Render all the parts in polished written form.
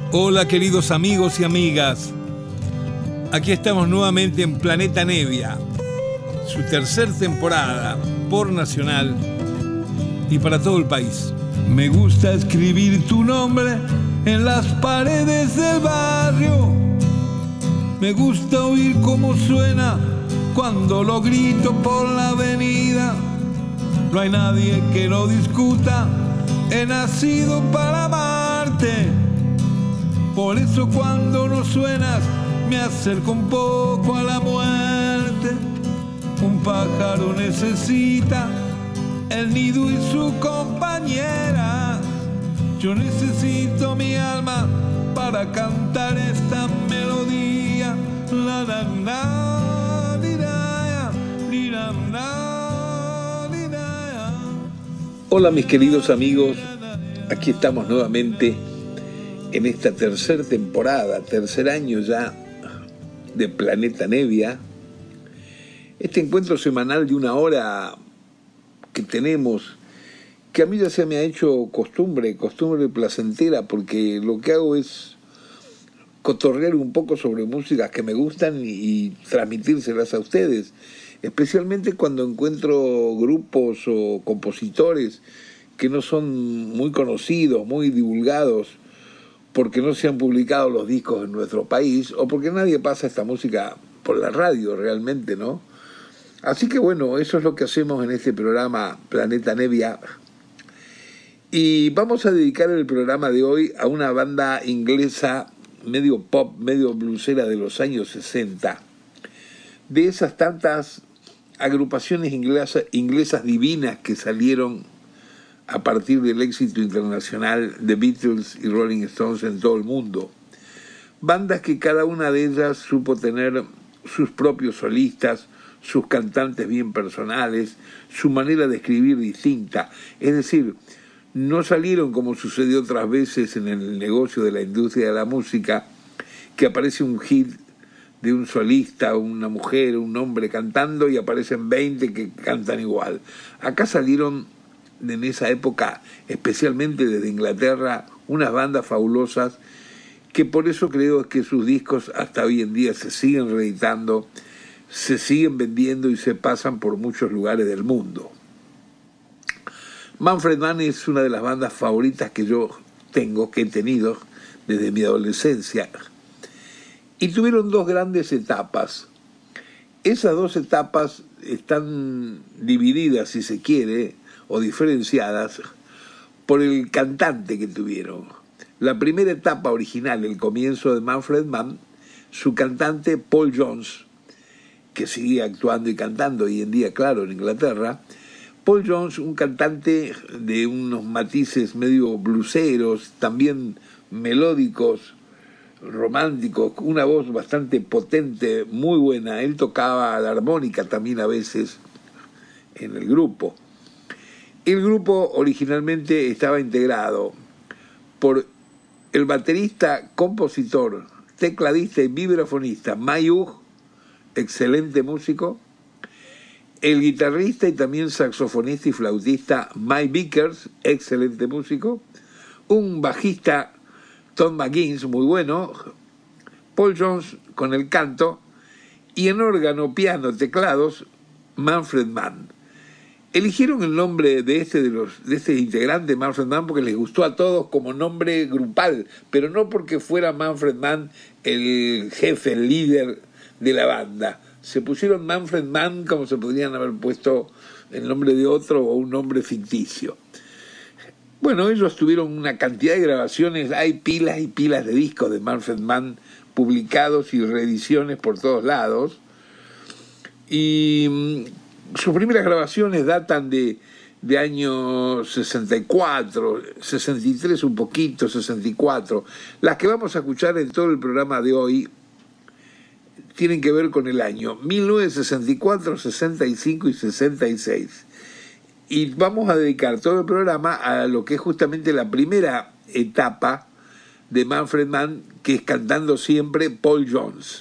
Hola queridos amigos y amigas, aquí estamos nuevamente en Planeta Nevia, su tercera temporada por Nacional y para todo el país. Me gusta escribir tu nombre en las paredes del barrio, me gusta oír cómo suena cuando lo grito por la avenida. No hay nadie que lo discuta, he nacido para amarte. Por eso cuando no suenas me acerco un poco a la muerte. Un pájaro necesita el nido y su compañera. Yo necesito mi alma para cantar esta melodía. La la la li, la, li, la, la, li, la. Hola mis queridos amigos, aquí estamos nuevamente en esta tercera temporada, tercer año ya de Planeta Nevia. Este encuentro semanal de una hora que tenemos, que a mí ya se me ha hecho costumbre placentera, porque lo que hago es cotorrear un poco sobre músicas que me gustan y transmitírselas a ustedes, especialmente cuando encuentro grupos o compositores que no son muy conocidos, muy divulgados, porque no se han publicado los discos en nuestro país o porque nadie pasa esta música por la radio realmente, ¿no? Así que bueno, eso es lo que hacemos en este programa Planeta Nevia. Y vamos a dedicar el programa de hoy a una banda inglesa medio pop, medio bluesera de los años 60. De esas tantas agrupaciones inglesas divinas que salieron a partir del éxito internacional de Beatles y Rolling Stones en todo el mundo. Bandas que cada una de ellas supo tener sus propios solistas, sus cantantes bien personales, su manera de escribir distinta. Es decir, no salieron como sucedió otras veces en el negocio de la industria de la música, que aparece un hit de un solista, una mujer, un hombre cantando y aparecen 20 que cantan igual. Acá salieron en esa época, especialmente desde Inglaterra, unas bandas fabulosas que por eso creo que sus discos hasta hoy en día se siguen reeditando, se siguen vendiendo y se pasan por muchos lugares del mundo. Manfred Mann es una de las bandas favoritas que yo tengo, que he tenido desde mi adolescencia, y tuvieron dos grandes etapas. Esas dos etapas están divididas, si se quiere, o diferenciadas por el cantante que tuvieron. La primera etapa original, el comienzo de Manfred Mann, su cantante Paul Jones, que sigue actuando y cantando hoy en día, claro, en Inglaterra. Paul Jones, un cantante de unos matices medio blueseros, también melódicos, románticos, una voz bastante potente, muy buena. Él tocaba la armónica también a veces en el grupo. El grupo originalmente estaba integrado por el baterista, compositor, tecladista y vibrafonista Mayug, excelente músico, el guitarrista y también saxofonista y flautista Mike Vickers, excelente músico, un bajista, Tom McGuinness, muy bueno, Paul Jones con el canto, y en órgano, piano, teclados, Manfred Mann. Eligieron el nombre de este integrante, Manfred Mann, porque les gustó a todos como nombre grupal, pero no porque fuera Manfred Mann el jefe, el líder de la banda. Se pusieron Manfred Mann como se podrían haber puesto el nombre de otro o un nombre ficticio. Bueno, ellos tuvieron una cantidad de grabaciones, hay pilas y pilas de discos de Manfred Mann publicados y reediciones por todos lados. Y sus primeras grabaciones datan de años 64, 63 un poquito, 64. Las que vamos a escuchar en todo el programa de hoy tienen que ver con el año 1964, 65 y 66. Y vamos a dedicar todo el programa a lo que es justamente la primera etapa de Manfred Mann, que es cantando siempre Paul Jones.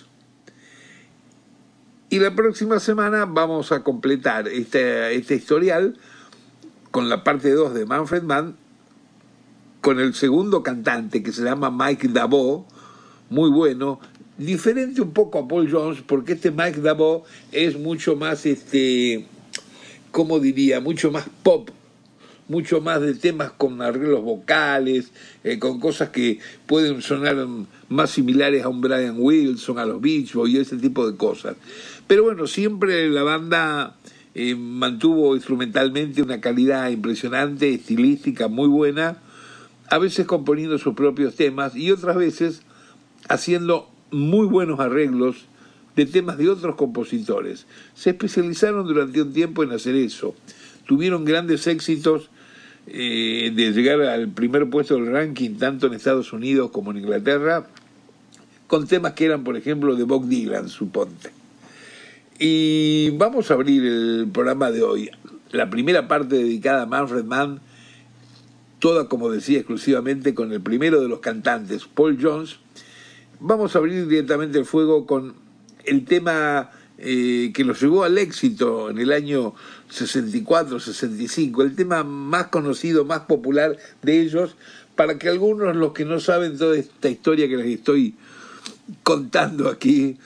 Y la próxima semana vamos a completar este historial con la parte 2 de Manfred Mann, con el segundo cantante, que se llama Mike Dabo, muy bueno, diferente un poco a Paul Jones, porque este Mike Dabo es mucho más, ¿cómo diría? Mucho más pop, mucho más de temas con arreglos vocales, con cosas que pueden sonar más similares a un Brian Wilson, a los Beach Boys y ese tipo de cosas. Pero bueno, siempre la banda mantuvo instrumentalmente una calidad impresionante, estilística muy buena, a veces componiendo sus propios temas y otras veces haciendo muy buenos arreglos de temas de otros compositores. Se especializaron durante un tiempo en hacer eso. Tuvieron grandes éxitos de llegar al primer puesto del ranking, tanto en Estados Unidos como en Inglaterra, con temas que eran, por ejemplo, de Bob Dylan, suponte. Y vamos a abrir el programa de hoy. La primera parte dedicada a Manfred Mann, toda, como decía, exclusivamente con el primero de los cantantes, Paul Jones. Vamos a abrir directamente el fuego con el tema que los llevó al éxito en el año 64-65, el tema más conocido, más popular de ellos, para que algunos, los que no saben toda esta historia que les estoy contando aquí,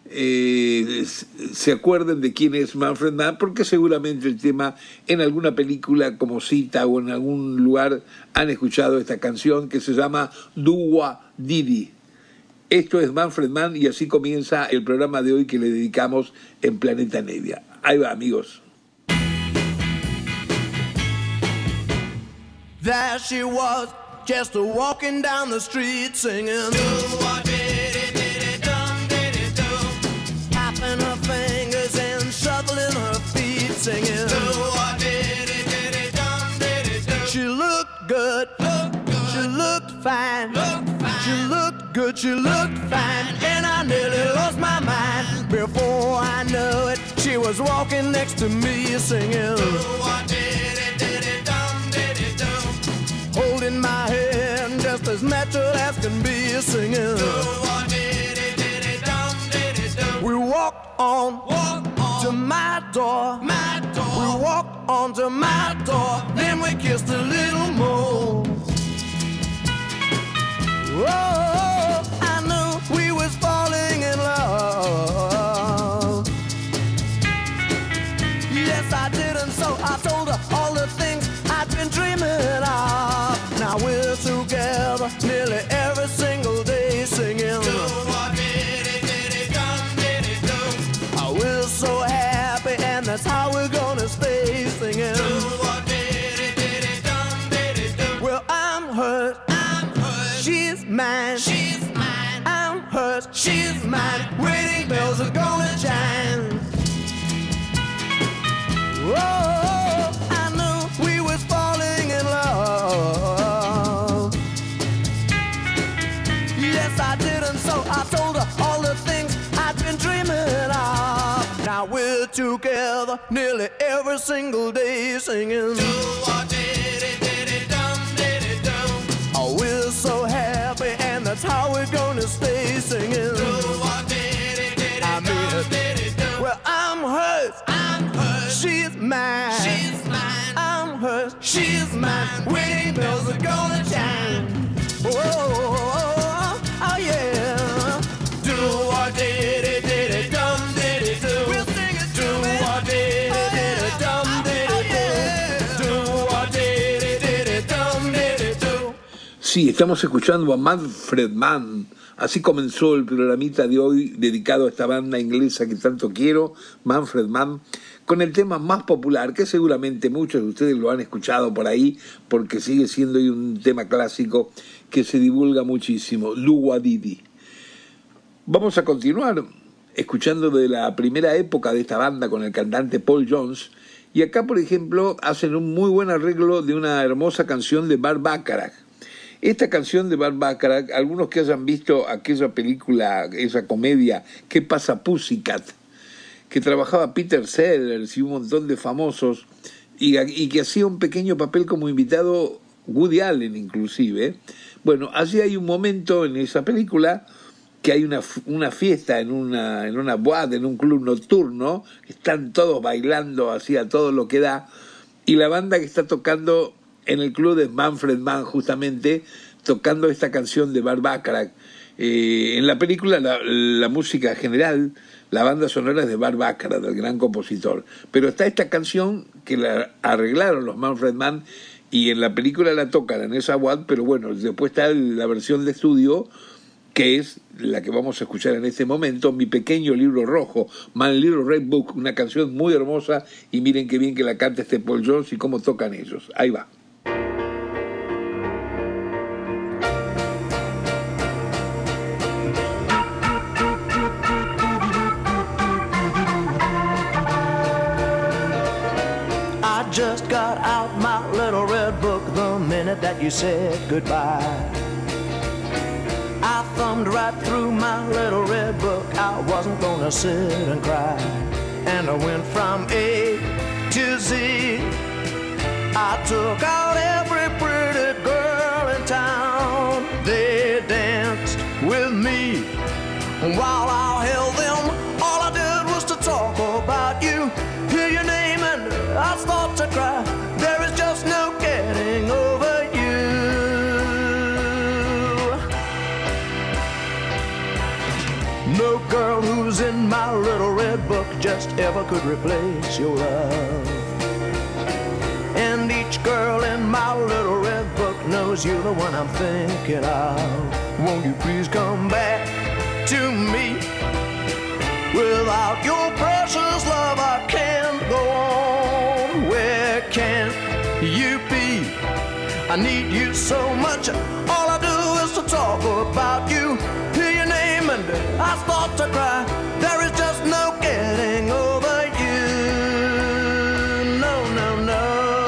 se acuerden de quién es Manfred Mann, porque seguramente el tema en alguna película como cita o en algún lugar han escuchado esta canción que se llama Do Wah Didi. Esto es Manfred Mann y así comienza el programa de hoy que le dedicamos en Planeta Nevia. Ahí va, amigos. There she was, just walking down the street singing do-wah-diddy-diddy-dum, diddy-do, tapping her fingers and shuffling her feet singing do-wah-diddy-diddy-dum, diddy-do. She looked good, she looked fine, she looked good, she looked fine, and I nearly lost my mind. Before I knew it, she was walking next to me singing do-wah-diddy-diddy-dum, diddy-do, holding my hand just as natural as can be singing do-wah-diddy-diddy-dum, diddy-do. We walked on to my door, we walked on to my door, then we kissed a little more. Oh, I knew we was falling in love. Yes, I did, and so I told her all the things I'd been dreaming of. Now we're together nearly every single day singing do-wah-diddy-diddy-dum, diddy-do. Oh, we're so happy, and that's how we're gonna stay singing do-wah-diddy-diddy-dum, diddy-do. Well, I'm hurt, she's mine, I'm hers, she's mine. Wedding bells are gonna chime. Oh, I knew we was falling in love. Yes, I did, and so I told her all the things I'd been dreaming of. Now we're together nearly every single day singing do-wah-diddy-diddy-dum, diddy-do. Oh, we're so happy, and that's how we're gonna stay singing do-wah-diddy-diddy-dum, diddy-do. Well, I'm hers, she's mine, I'm hers, she's mine. Wedding bells are gonna chime. Oh, oh yeah. Do-wah-diddy-diddy-dum, diddy-do. We'll sing it do-wah-diddy-diddy-dum, diddy-do. Do-wah-diddy-diddy-dum, diddy-do. Sí, estamos escuchando a Manfred Mann. Así comenzó el programita de hoy dedicado a esta banda inglesa que tanto quiero, Manfred Mann, con el tema más popular, que seguramente muchos de ustedes lo han escuchado por ahí, porque sigue siendo hoy un tema clásico que se divulga muchísimo, Do Wah Didi. Vamos a continuar escuchando de la primera época de esta banda con el cantante Paul Jones, y acá, por ejemplo, hacen un muy buen arreglo de una hermosa canción de Burt Bacharach. Esta canción de Burt Bacharach, algunos que hayan visto aquella película, esa comedia, ¿Qué pasa, Pussycat?, que trabajaba Peter Sellers y un montón de famosos, y que hacía un pequeño papel como invitado Woody Allen inclusive. Bueno, allí hay un momento en esa película que hay una fiesta en una boate, en un club nocturno, están todos bailando así a todo lo que da, y la banda que está tocando en el club de Manfred Mann, justamente tocando esta canción de Burt Bacharach. En la película la música general, la banda sonora es de Burt Bacharach, del gran compositor, pero está esta canción que la arreglaron los Manfred Mann y en la película la tocan en esa Watt, pero bueno, después está la versión de estudio, que es la que vamos a escuchar en este momento, Mi Pequeño Libro Rojo, My Little Red Book, una canción muy hermosa, y miren qué bien que la canta este Paul Jones y cómo tocan ellos. Ahí va. I just got out my little red book the minute that you said goodbye. I thumbed right through my little red book. I wasn't gonna sit and cry. And I went from A to Z. I took out every pretty girl in town. They danced with me while I held them. All I did was to talk about you, hear your name, and I start to cry. There is just no getting over you. No girl who's in my little red book just ever could replace your love. And each girl in my little red book knows you're the one I'm thinking of. Won't you please come back to me? Without your precious love I can't go on. Where can you be? I need you so much. All I do is to talk about you, hear your name, and I start to cry. There is just no getting over you. No, no, no.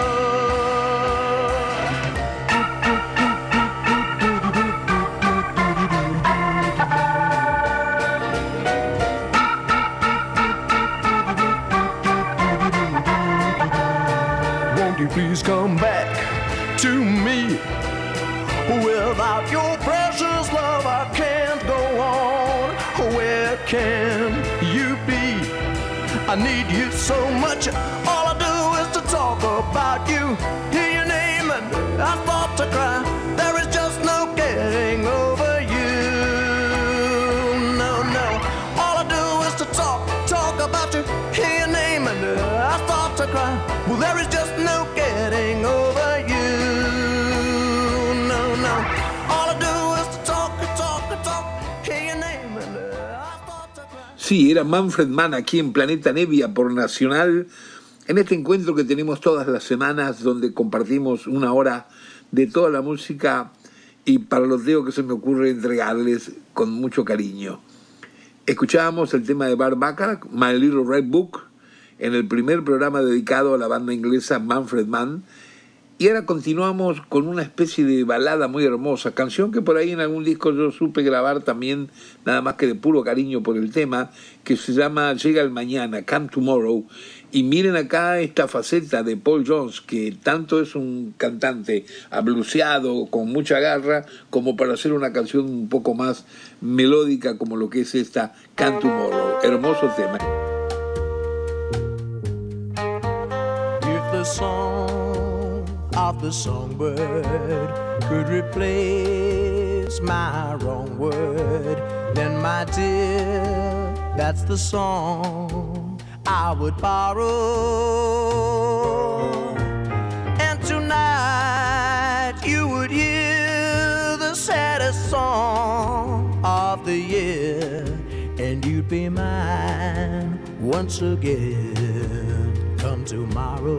Won't you please come back to me? Without your precious love I can't go on. Where can you be? I need you so much. All I do is to talk about you, hear your name, and I start to cry. There is just no getting over you. No, no. All I do is to talk about you, hear your name, and I start to cry. Well, there is just no getting over you. No, no. All I do is to talk, hear your name, and I start to cry. Sí, era Manfred Mann aquí en Planeta Nevia por Nacional, en este encuentro que tenemos todas las semanas donde compartimos una hora de toda la música y parloteo que se me ocurre entregarles con mucho cariño. Escuchábamos el tema de Burt Bacharach, My Little Red Book, en el primer programa dedicado a la banda inglesa Manfred Mann, y ahora continuamos con una especie de balada muy hermosa, canción que por ahí en algún disco yo supe grabar también, nada más que de puro cariño por el tema, que se llama Llega el Mañana, Come Tomorrow. Y miren acá esta faceta de Paul Jones, que tanto es un cantante abluseado, con mucha garra, como para hacer una canción un poco más melódica como lo que es esta Come Tomorrow. Hermoso tema. If the song of the songbird could replace my wrong word, then my dear, that's the song I would borrow. And tonight you would hear the saddest song of the year, and you'd be mine once again come tomorrow.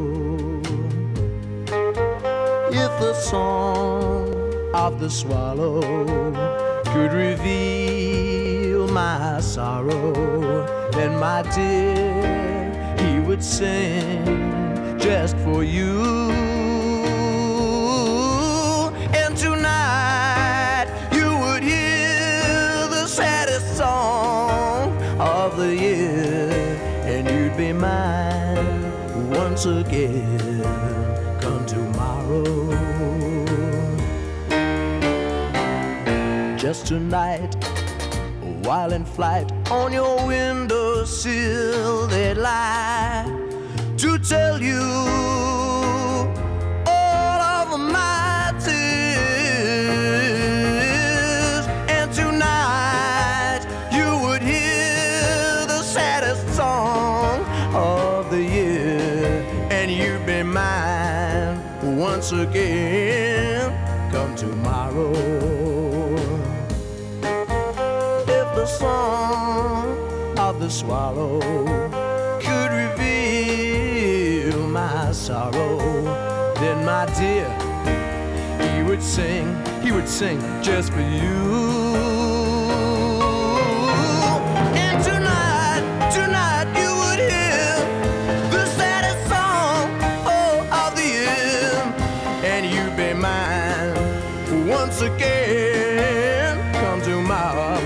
If the song of the swallow could reveal my sorrow, then my dear, he would sing just for you. And tonight you would hear the saddest song of the year, and you'd be mine once again come tomorrow. Just tonight, while in flight, on your windowsill they'd lie to tell you, oh, once again come tomorrow. If the song of the swallow could reveal my sorrow, then my dear, he would sing just for you. And tonight you would hear the saddest song, oh, of the year, and you'd be mine once again come tomorrow.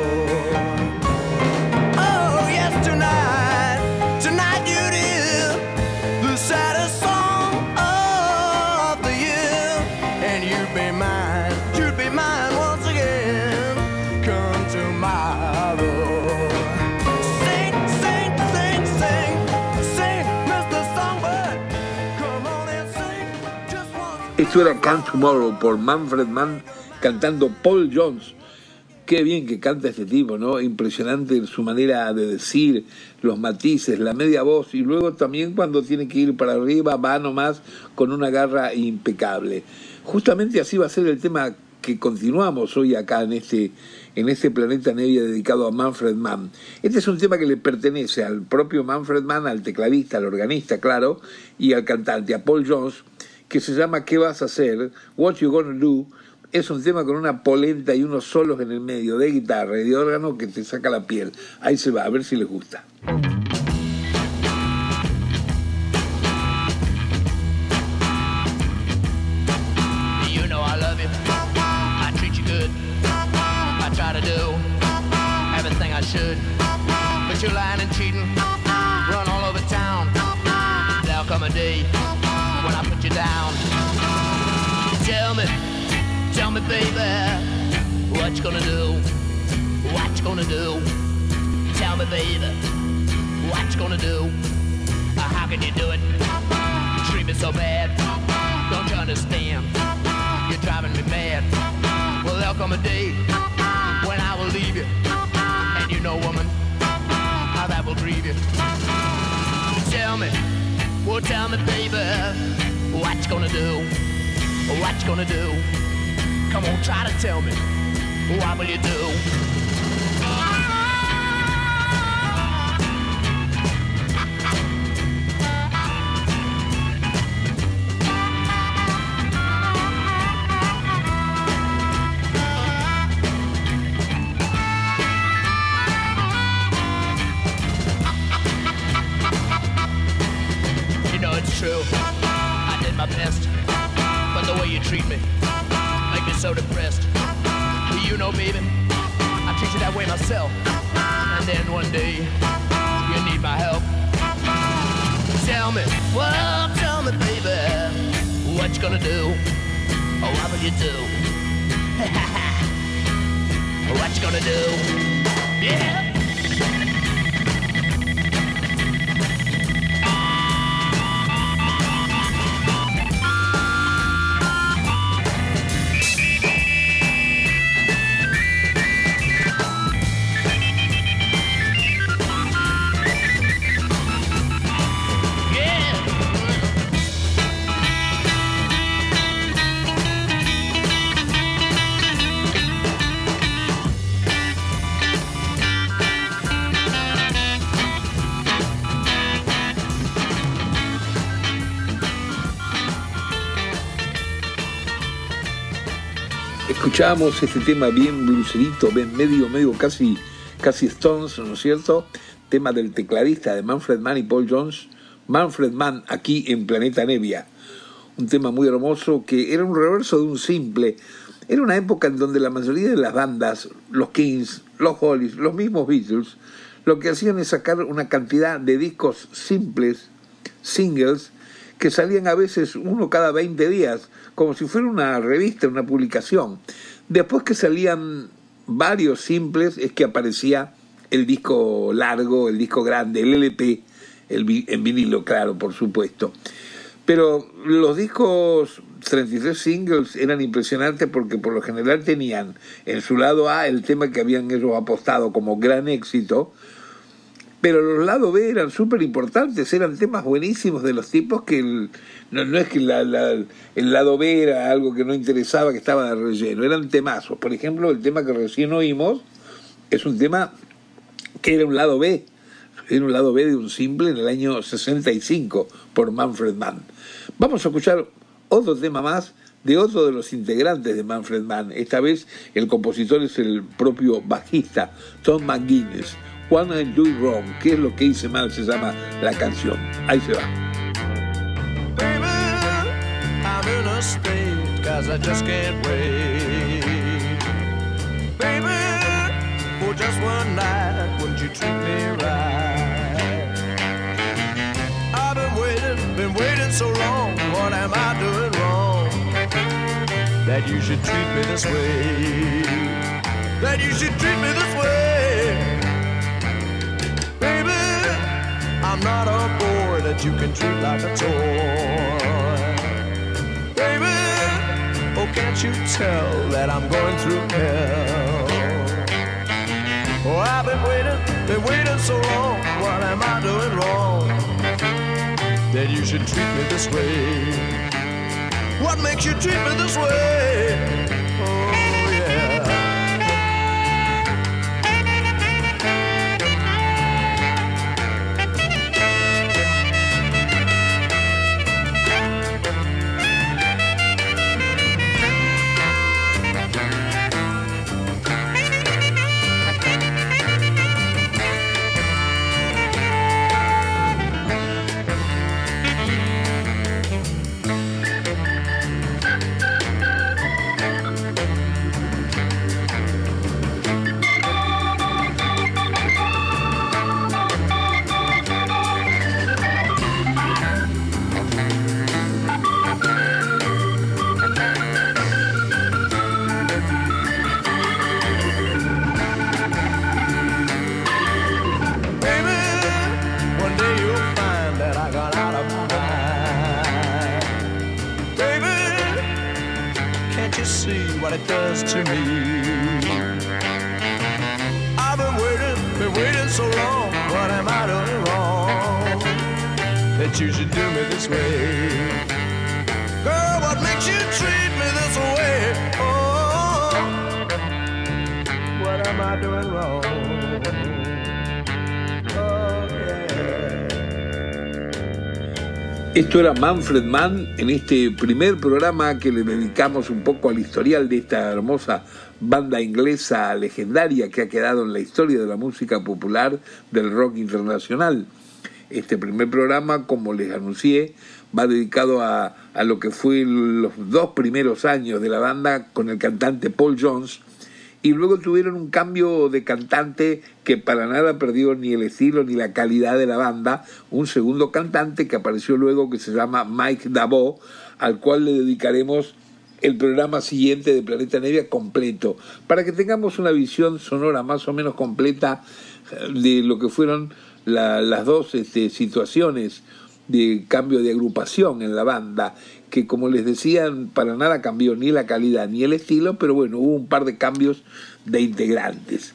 Oh yes, tonight you'd hear the saddest song of the year, and you'd be mine once again come tomorrow. Sing, sing, sing, sing, sing, Mr. Songbird, come on and sing just once. Esto era Come Tomorrow por Manfred Mann cantando Paul Jones. Qué bien que canta este tipo, ¿no? Impresionante su manera de decir, los matices, la media voz, y luego también cuando tiene que ir para arriba va nomás con una garra impecable. Justamente así va a ser el tema que continuamos hoy acá en este Planeta Nevia dedicado a Manfred Mann. Este es un tema que le pertenece al propio Manfred Mann, al tecladista, al organista, claro, y al cantante, a Paul Jones, que se llama ¿Qué vas a hacer? What you gonna do? Es un tema con una polenta y unos solos en el medio de guitarra y de órgano que te saca la piel. Ahí se va, a ver si les gusta. You know I love you, I treat you good, I try to do everything I should, but you're lying and cheating, run all over town. There'll come a day when I put you down. Tell me, baby, what you gonna do? What you gonna do? Tell me, baby, what you gonna do? How can you do it? You treat me so bad. Don't you understand? You're driving me mad. Well, there'll come a day when I will leave you, and you know, woman, how that will grieve you. Tell me, baby, what you gonna do? What you gonna do? Come on, try to tell me, what will you do? You know it's true, I did my best, but the way you treat me make me so depressed. You know, baby, I treat you that way myself. And then one day, you need my help. Tell me, baby, what you gonna do? Or what will you do? What you gonna do? Yeah! Escuchábamos este tema bien blucerito, bien medio casi Stones, ¿no es cierto? Tema del tecladista de Manfred Mann y Paul Jones, Manfred Mann, aquí en Planeta Nevia. Un tema muy hermoso que era un reverso de un simple. Era una época en donde la mayoría de las bandas, los Kings, los Hollies, los mismos Beatles, lo que hacían es sacar una cantidad de discos simples, singles, que salían a veces uno cada 20 días, como si fuera una revista, una publicación. Después que salían varios simples, es que aparecía el disco largo, el disco grande, el LP, en vinilo, claro, por supuesto. Pero los discos 33 singles eran impresionantes porque por lo general tenían en su lado A el tema que habían ellos apostado como gran éxito, pero los lados B eran súper importantes, eran temas buenísimos de los tipos que no es que el lado B era algo que no interesaba, que estaba de relleno, eran temazos. Por ejemplo, el tema que recién oímos es un tema que era un lado B de un simple en el año 65 por Manfred Mann. Vamos a escuchar otro tema más de otro de los integrantes de Manfred Mann. Esta vez el compositor es el propio bajista Tom McGuinness. What I Do Wrong, ¿qué es lo que hice mal? Se llama la canción. Ahí se va. Baby, I'm in a state 'cause I just can't wait. Baby, for just one night, wouldn't you treat me right? I've been waiting so long. What am I doing wrong? That you should treat me this way. That you should treat me this way. Baby, I'm not a boy that you can treat like a toy. Baby, oh, can't you tell that I'm going through hell? Oh, I've been waiting so long. What am I doing wrong? That you should treat me this way. What makes you treat me this way? Oh, yeah. What it does to me. I've been waiting so long. What am I doing wrong? That you should do me this way. Girl, what makes you treat me this way? Oh, what am I doing wrong? Oh, yeah. Esto era Manfred Mann en este primer programa que le dedicamos un poco al historial de esta hermosa banda inglesa legendaria que ha quedado en la historia de la música popular del rock internacional. Este primer programa, como les anuncié, va dedicado a lo que fue los 2 primeros años de la banda con el cantante Paul Jones, y luego tuvieron un cambio de cantante que para nada perdió ni el estilo ni la calidad de la banda, un segundo cantante que apareció luego que se llama Mike Dabo, al cual le dedicaremos el programa siguiente de Planeta Nevia completo, para que tengamos una visión sonora más o menos completa de lo que fueron las dos situaciones de cambio de agrupación en la banda, que como les decía, para nada cambió ni la calidad ni el estilo, pero bueno, hubo un par de cambios de integrantes.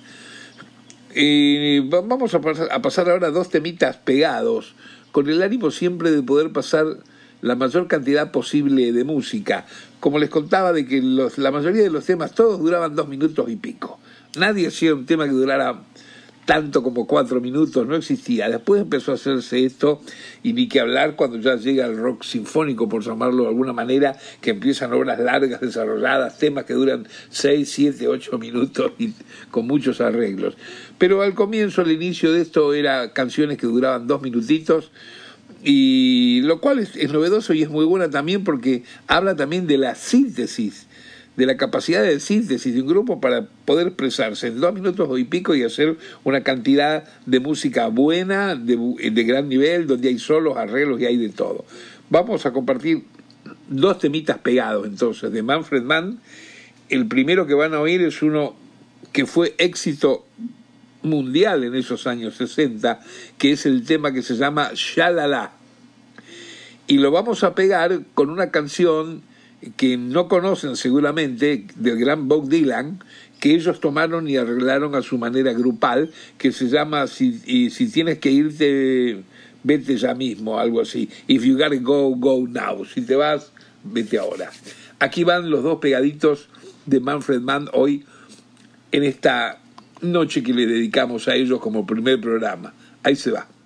Vamos a pasar ahora 2 temitas pegados, con el ánimo siempre de poder pasar la mayor cantidad posible de música. Como les contaba, de que la mayoría de los temas todos duraban 2 minutos y pico. Nadie hacía un tema que durara tanto como 4 minutos, no existía. Después empezó a hacerse esto, y ni que hablar cuando ya llega el rock sinfónico, por llamarlo de alguna manera, que empiezan obras largas, desarrolladas, temas que duran 6, 7, 8 minutos y con muchos arreglos. Pero al comienzo, al inicio de esto, eran canciones que duraban 2 minutitos, y lo cual es novedoso y es muy buena también porque habla también de la síntesis, de la capacidad de síntesis de un grupo para poder expresarse en 2 minutos y pico y hacer una cantidad de música buena, de gran nivel, donde hay solos, arreglos y hay de todo. Vamos a compartir 2 temitas pegados entonces de Manfred Mann. El primero que van a oír es uno que fue éxito mundial en esos años 60, que es el tema que se llama Sha-La-La. Y lo vamos a pegar con una canción que no conocen seguramente, del gran Bob Dylan, que ellos tomaron y arreglaron a su manera grupal, que se llama si tienes que irte, vete ya mismo, algo así. If you gotta go, go now. Si te vas, vete ahora. Aquí van los dos pegaditos de Manfred Mann hoy, en esta noche que le dedicamos a ellos como primer programa. Ahí se va.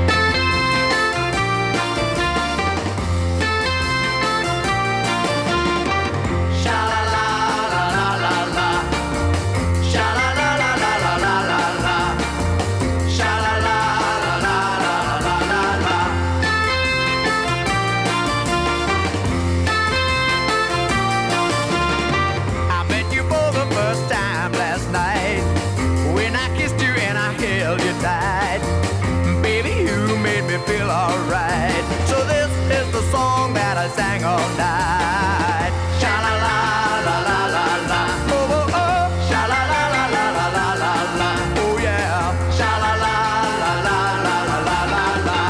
Sang all night. Sha la la la la la la. Oh oh oh. Sha la la la la la la la la. Oh yeah. Sha la la la la la la la la la.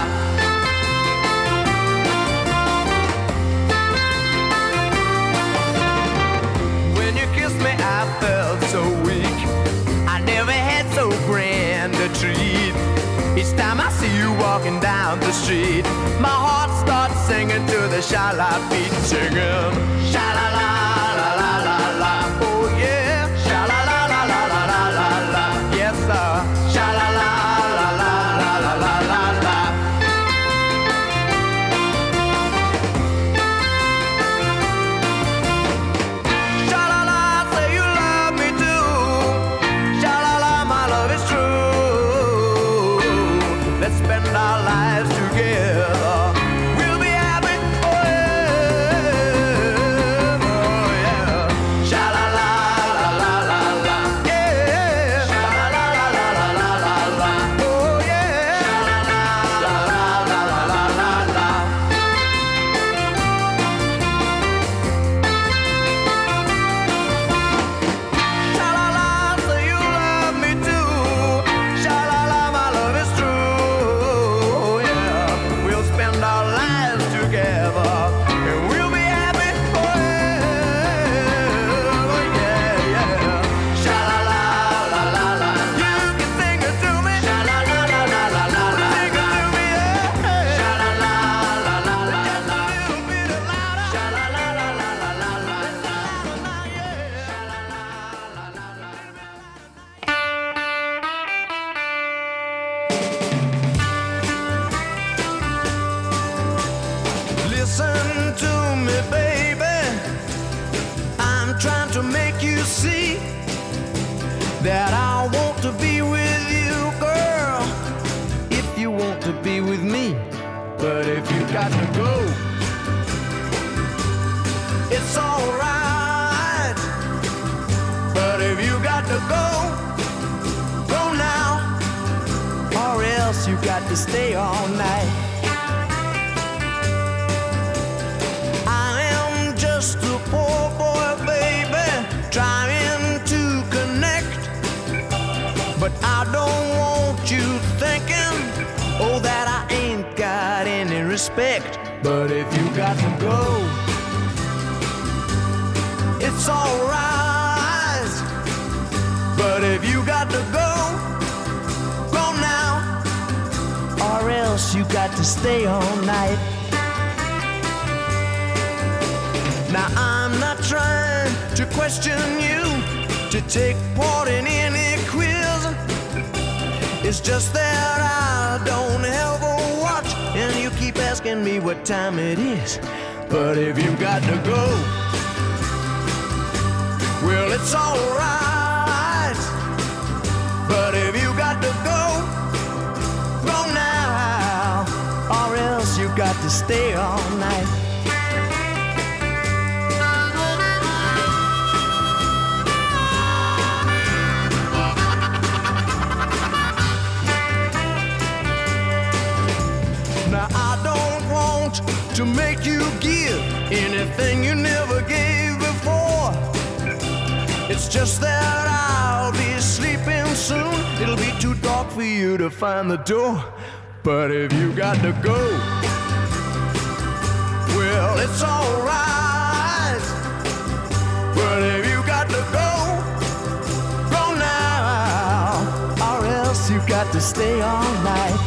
When you kissed me, I felt so weak. I never had so grand a treat. Each time I see you walking down the street, my heart starts singing to the sha-la beat, singing sha-la-la, la-la-la-la, oh yeah, sha-la-la, la-la-la-la-la, yes sir, sha-la-la, la-la-la-la-la-la. Sha-la-la, say you love me too, sha-la-la, my love is true, let's spend our lives together. That I want to be with you, girl, if you want to be with me. But if you got to go, it's alright. But if you got to go, go now, or else you got to stay all night. I am just a poor boy, baby, trying to connect. But I don't want you thinking, oh, that I ain't got any respect. But if you got to go, it's alright. But if you got to go, go now, or else you got to stay all night. Now I'm not trying to question you, to take part in any quiz. It's just that I don't ever watch, and you keep asking me what time it is. But if you got to go, well, it's alright. But if you got to go, go now, or else you got to stay all night. To make you give anything you never gave before. It's just that I'll be sleeping soon. It'll be too dark for you to find the door. But if you got to go, well, it's alright. You got to stay all night.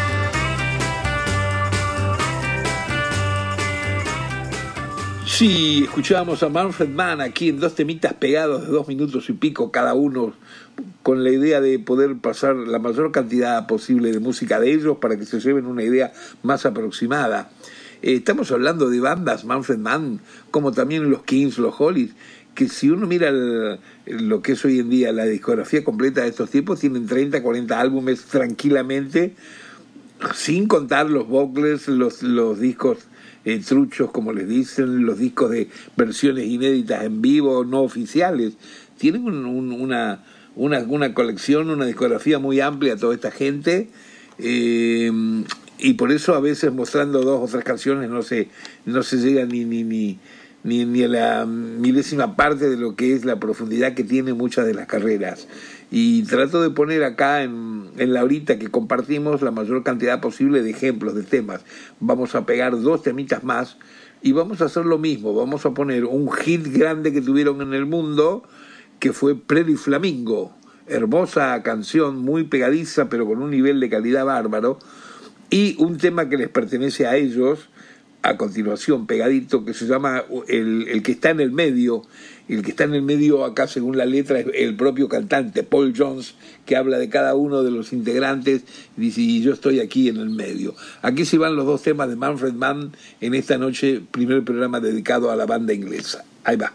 Sí, escuchábamos a Manfred Mann aquí en dos temitas pegados de 2 minutos y pico cada uno, con la idea de poder pasar la mayor cantidad posible de música de ellos para que se lleven una idea más aproximada. Estamos hablando de bandas, Manfred Mann, como también los Kings, los Hollies, que si uno mira lo que es hoy en día la discografía completa de estos tipos, tienen 30, 40 álbumes tranquilamente, sin contar los bucles, los discos truchos, como les dicen, los discos de versiones inéditas en vivo, no oficiales. Tienen una colección, una discografía muy amplia toda esta gente, y por eso a veces mostrando 2 o 3 canciones no se llega ni a la milésima parte de lo que es la profundidad que tiene muchas de las carreras. Y trato de poner acá en la horita que compartimos la mayor cantidad posible de ejemplos, de temas. Vamos a pegar 2 temitas más y vamos a hacer lo mismo. Vamos a poner un hit grande que tuvieron en el mundo, que fue Pretty Flamingo. Hermosa canción, muy pegadiza, pero con un nivel de calidad bárbaro. Y un tema que les pertenece a ellos, a continuación, pegadito, que se llama el que está en el medio. El que está en el medio acá, según la letra, es el propio cantante, Paul Jones, que habla de cada uno de los integrantes y dice, y yo estoy aquí en el medio. Aquí se van los 2 temas de Manfred Mann en esta noche, primer programa dedicado a la banda inglesa. Ahí va.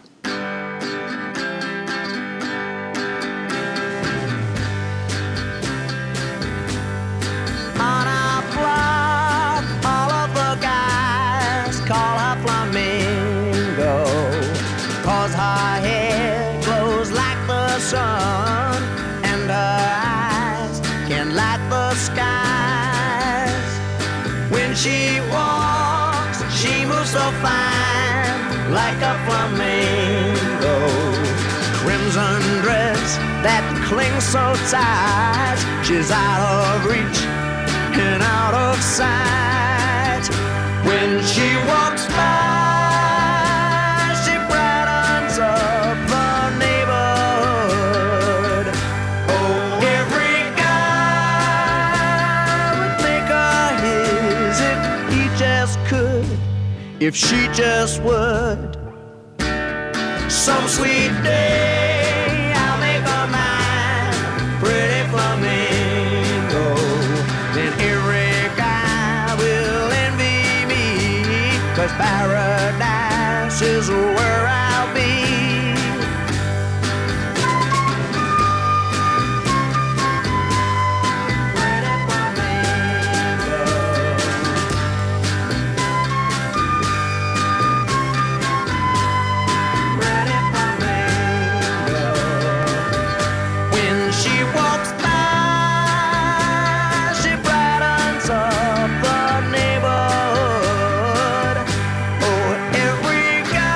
Call her Flamingo, 'cause her hair glows like the sun, and her eyes can light the skies. When she walks, she moves so fine, like a flamingo. Crimson dress that clings so tight, she's out of reach and out of sight. When she walks by, she brightens up the neighborhood. Oh, every guy would make her his if he just could, if she just would. Some sweet day I'll make her mine, pretty flamingo. Then every guy will envy me, 'cause paradise is where I'll be. Pretty flamingo. Pretty flamingo. When she walks by, she brightens up the neighborhood. Oh, every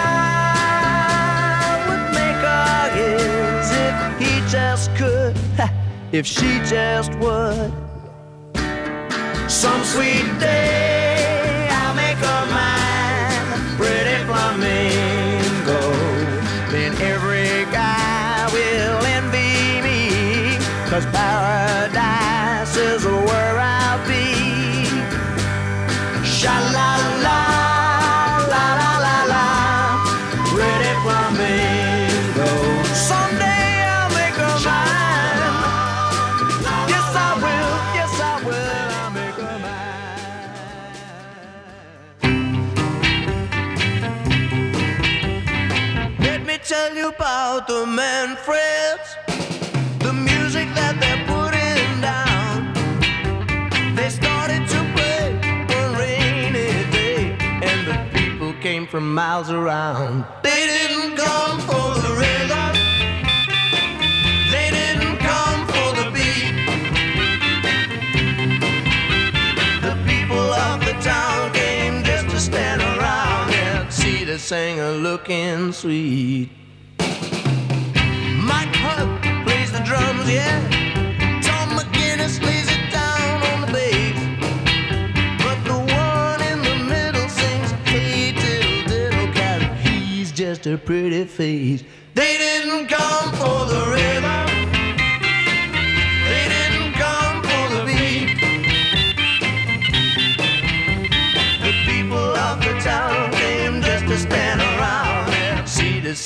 guy would make her his if he just could, if she just would. Some sweet day I'll make her mine, pretty flamingo. Then every guy will envy me, 'cause paradise is where I'll be. Sha-la-la, la-la-la-la, pretty flamingo. Someday I'll make her mine. Yes, I will, yes, I will, I'll make her mine. Let me tell you about the Manfreds, the music that they're putting down. They started to play one rainy day, and the people came from miles around. They didn't come for the rhythm, they didn't come for the beat. The people of the town came just to stand around and see the singer looking sweet. Mike Hunt plays the drums, yeah. Tom McGinnis lays it down on the bass. But the one in the middle sings, hey diddle diddle cat, he's just a pretty face. They didn't come for the rhythm, they didn't come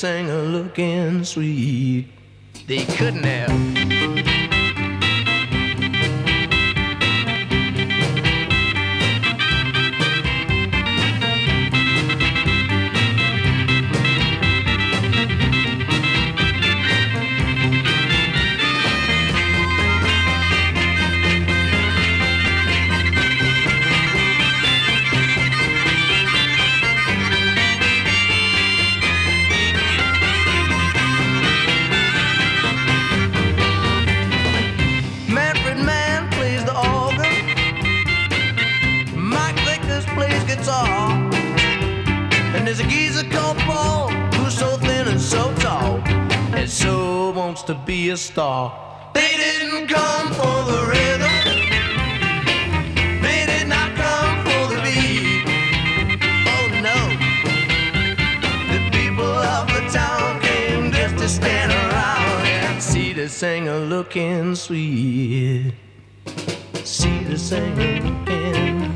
singer looking sweet. They couldn't have. To be a star. They didn't come for the rhythm. They did not come for the beat. Oh no. The people of the town came just to stand around and see the singer looking sweet. See the singer looking.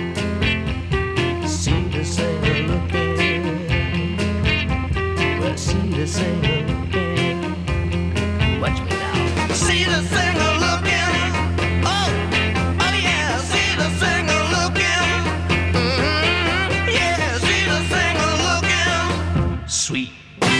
See the singer looking. Well, see the singer looking. Watch me now. See the singer looking. Oh, oh yeah. See the singer looking. Mm-hmm. Yeah, see the singer looking. Sweet.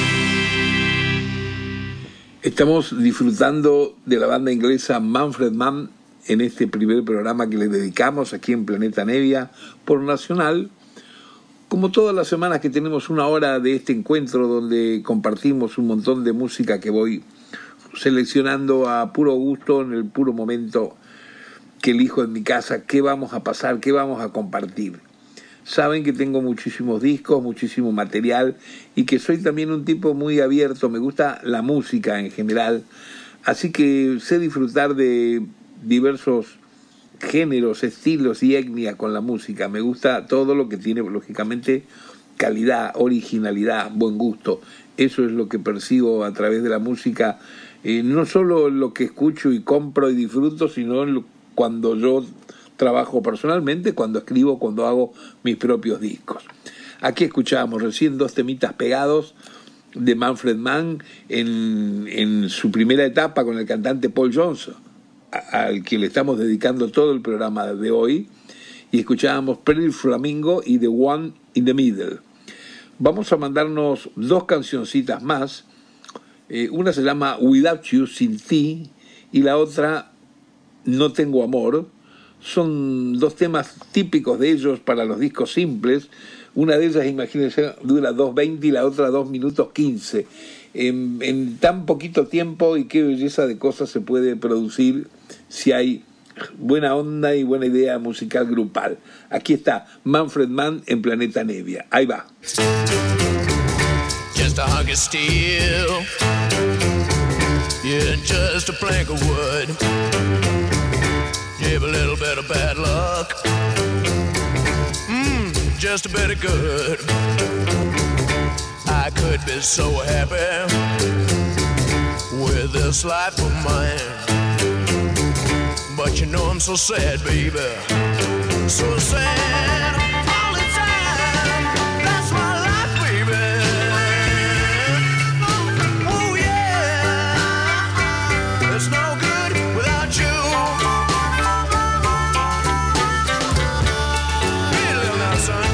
Estamos disfrutando de la banda inglesa Manfred Mann en este primer programa que le dedicamos aquí en Planeta Nevia por Nacional. Como todas las semanas que tenemos una hora de este encuentro donde compartimos un montón de música que voy seleccionando a puro gusto en el puro momento que elijo en mi casa, qué vamos a pasar, qué vamos a compartir. Saben que tengo muchísimos discos, muchísimo material y que soy también un tipo muy abierto, me gusta la música en general, así que sé disfrutar de diversos géneros, estilos y etnias con la música. Me gusta todo lo que tiene, lógicamente, calidad, originalidad, buen gusto. Eso es lo que percibo a través de la música. No solo lo que escucho y compro y disfruto, sino cuando yo trabajo personalmente, cuando escribo, cuando hago mis propios discos. Aquí escuchábamos recién 2 temitas pegados de Manfred Mann en su primera etapa con el cantante Paul Johnson, al que le estamos dedicando todo el programa de hoy, y escuchábamos Pretty Flamingo y The One in the Middle. Vamos a mandarnos 2 cancioncitas más. Una se llama Without You, Sin Ti, y la otra No Tengo Amor. Son 2 temas típicos de ellos para los discos simples. Una de ellas, imagínense, dura 2:20 y la otra 2 minutos 15. En tan poquito tiempo, y qué belleza de cosas se puede producir si hay buena onda y buena idea musical grupal. Aquí está Manfred Mann en Planeta Nevia. Ahí va. Just a hunk of steel, yeah, just a plank of wood. Give a little bit of bad luck, just a bit of good. I could be so happy with this life of mine, but you know I'm so sad, baby, so sad. All the time, that's my life, baby. Oh yeah, it's no good without you. Hey, little now, son.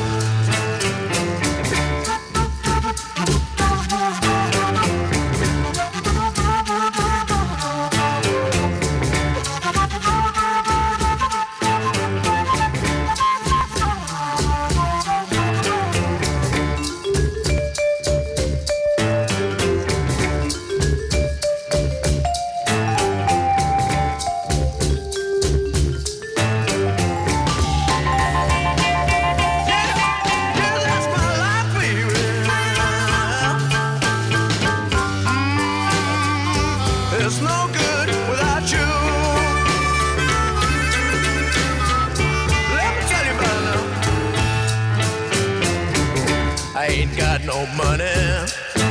No money,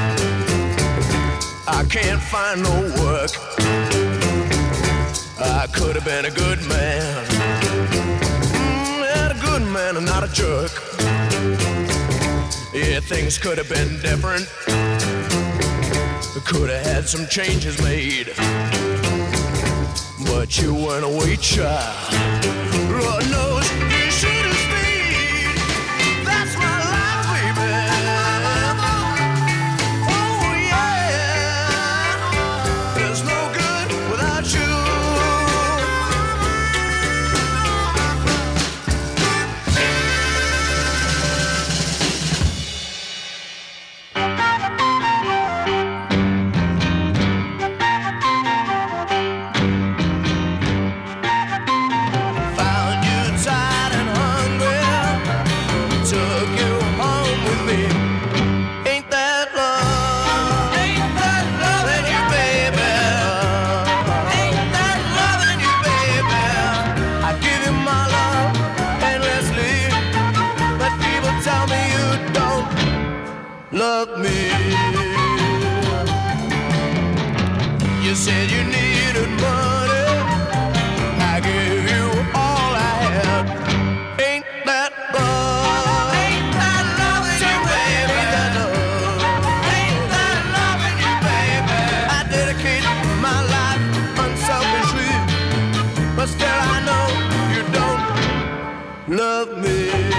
I can't find no work. I could have been a good man, and a good man and not a jerk. Yeah, things could have been different Could have had some changes made, but you weren't a wait child. Lord knows you should have stayed. That's my life, baby. Oh yeah, there's no good without you. Love me. You said you needed money. I gave you all I had. Ain't that love? Ain't that loving you, baby? Ain't that loving you, baby? I dedicate my life unselfishly, but still I know you don't love me.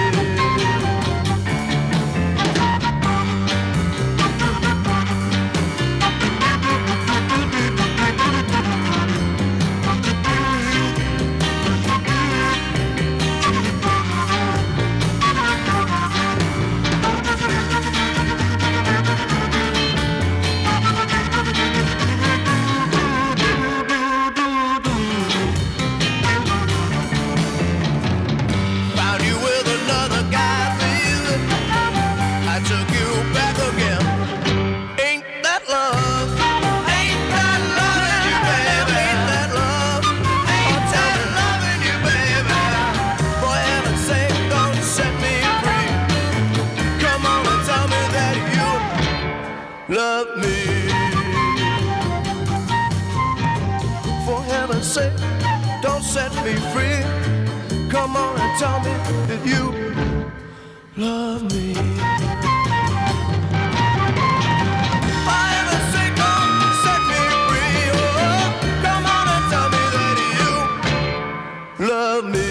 Love me. For heaven's sake, don't set me free. Come on and tell me that you love me. For heaven's sake, don't set me free. Oh, come on and tell me that you love me.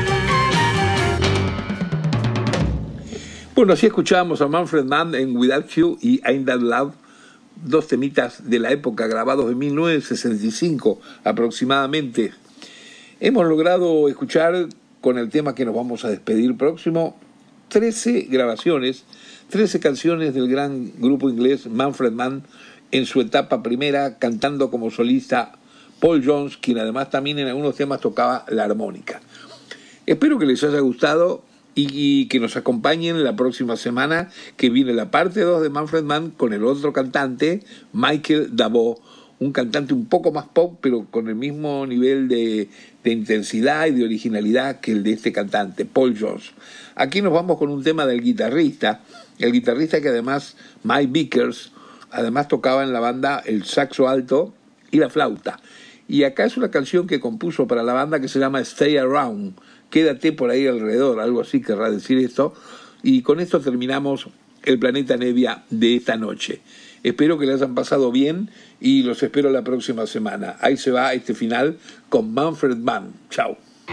Bueno, así escuchábamos a Manfred Mann en Without You y Ain't That Love, dos temitas de la época grabados en 1965 aproximadamente. Hemos logrado escuchar, con el tema que nos vamos a despedir próximo, 13 grabaciones, 13 canciones del gran grupo inglés Manfred Mann en su etapa primera, cantando como solista Paul Jones, quien además también en algunos temas tocaba la armónica. Espero que les haya gustado y que nos acompañen la próxima semana, que viene la parte 2 de Manfred Mann con el otro cantante, Michael Davoe, un cantante un poco más pop, pero con el mismo nivel de intensidad y de originalidad que el de este cantante, Paul Jones. Aquí nos vamos con un tema del guitarrista, el guitarrista que además, Mike Vickers, además tocaba en la banda el saxo alto y la flauta. Y acá es una canción que compuso para la banda que se llama Stay Around, quédate por ahí alrededor, algo así querrá decir esto. Y con esto terminamos el Planeta Nevia de esta noche. Espero que le hayan pasado bien y los espero la próxima semana. Ahí se va este final con Manfred Mann. Chao.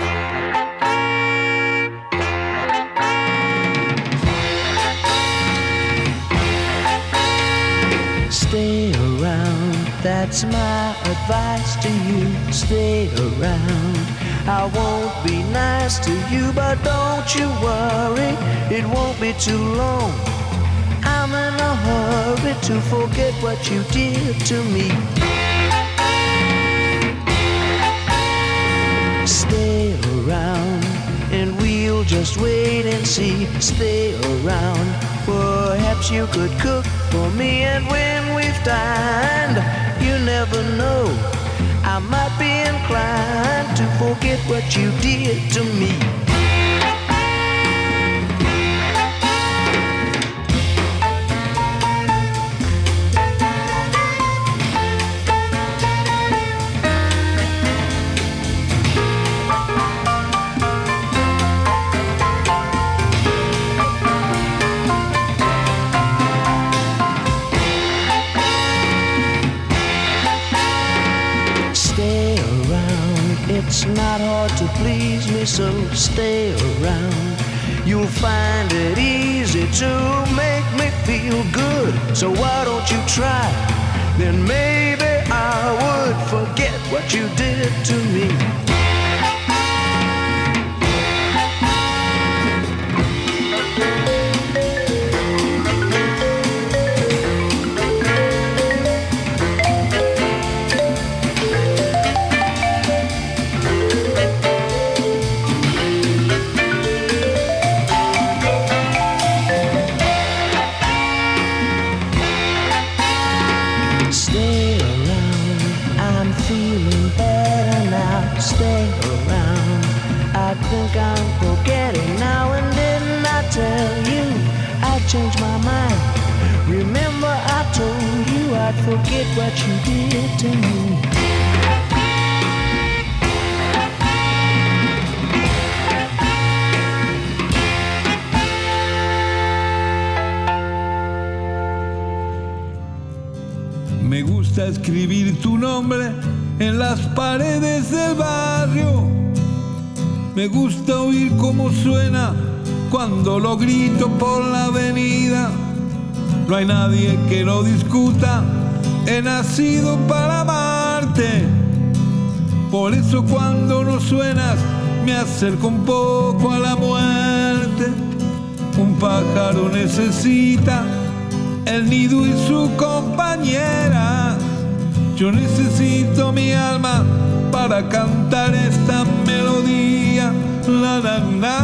Stay around, that's my advice to you. Stay around. I won't be nice to you, but don't you worry, it won't be too long. I'm in a hurry to forget what you did to me. Stay around, and we'll just wait and see. Stay around, perhaps you could cook for me, and when we've dined, you never know, I might be inclined to forget what you did to me. It's not hard to please me, so stay around. You'll find it easy to make me feel good. So why don't you try? Then maybe I would forget what you did to me. Stay around. I think I'm forgetting now, and didn't I tell you I'd change my mind? Remember I told you I'd forget what you did to me. Me gusta escribir tu nombre en las paredes del barrio. Me gusta oír cómo suena cuando lo grito por la avenida. No hay nadie que lo discuta, he nacido para amarte. Por eso cuando no suenas me acerco un poco a la muerte. Un pájaro necesita el nido y su compañera. Yo necesito mi alma para cantar esta melodía. La la la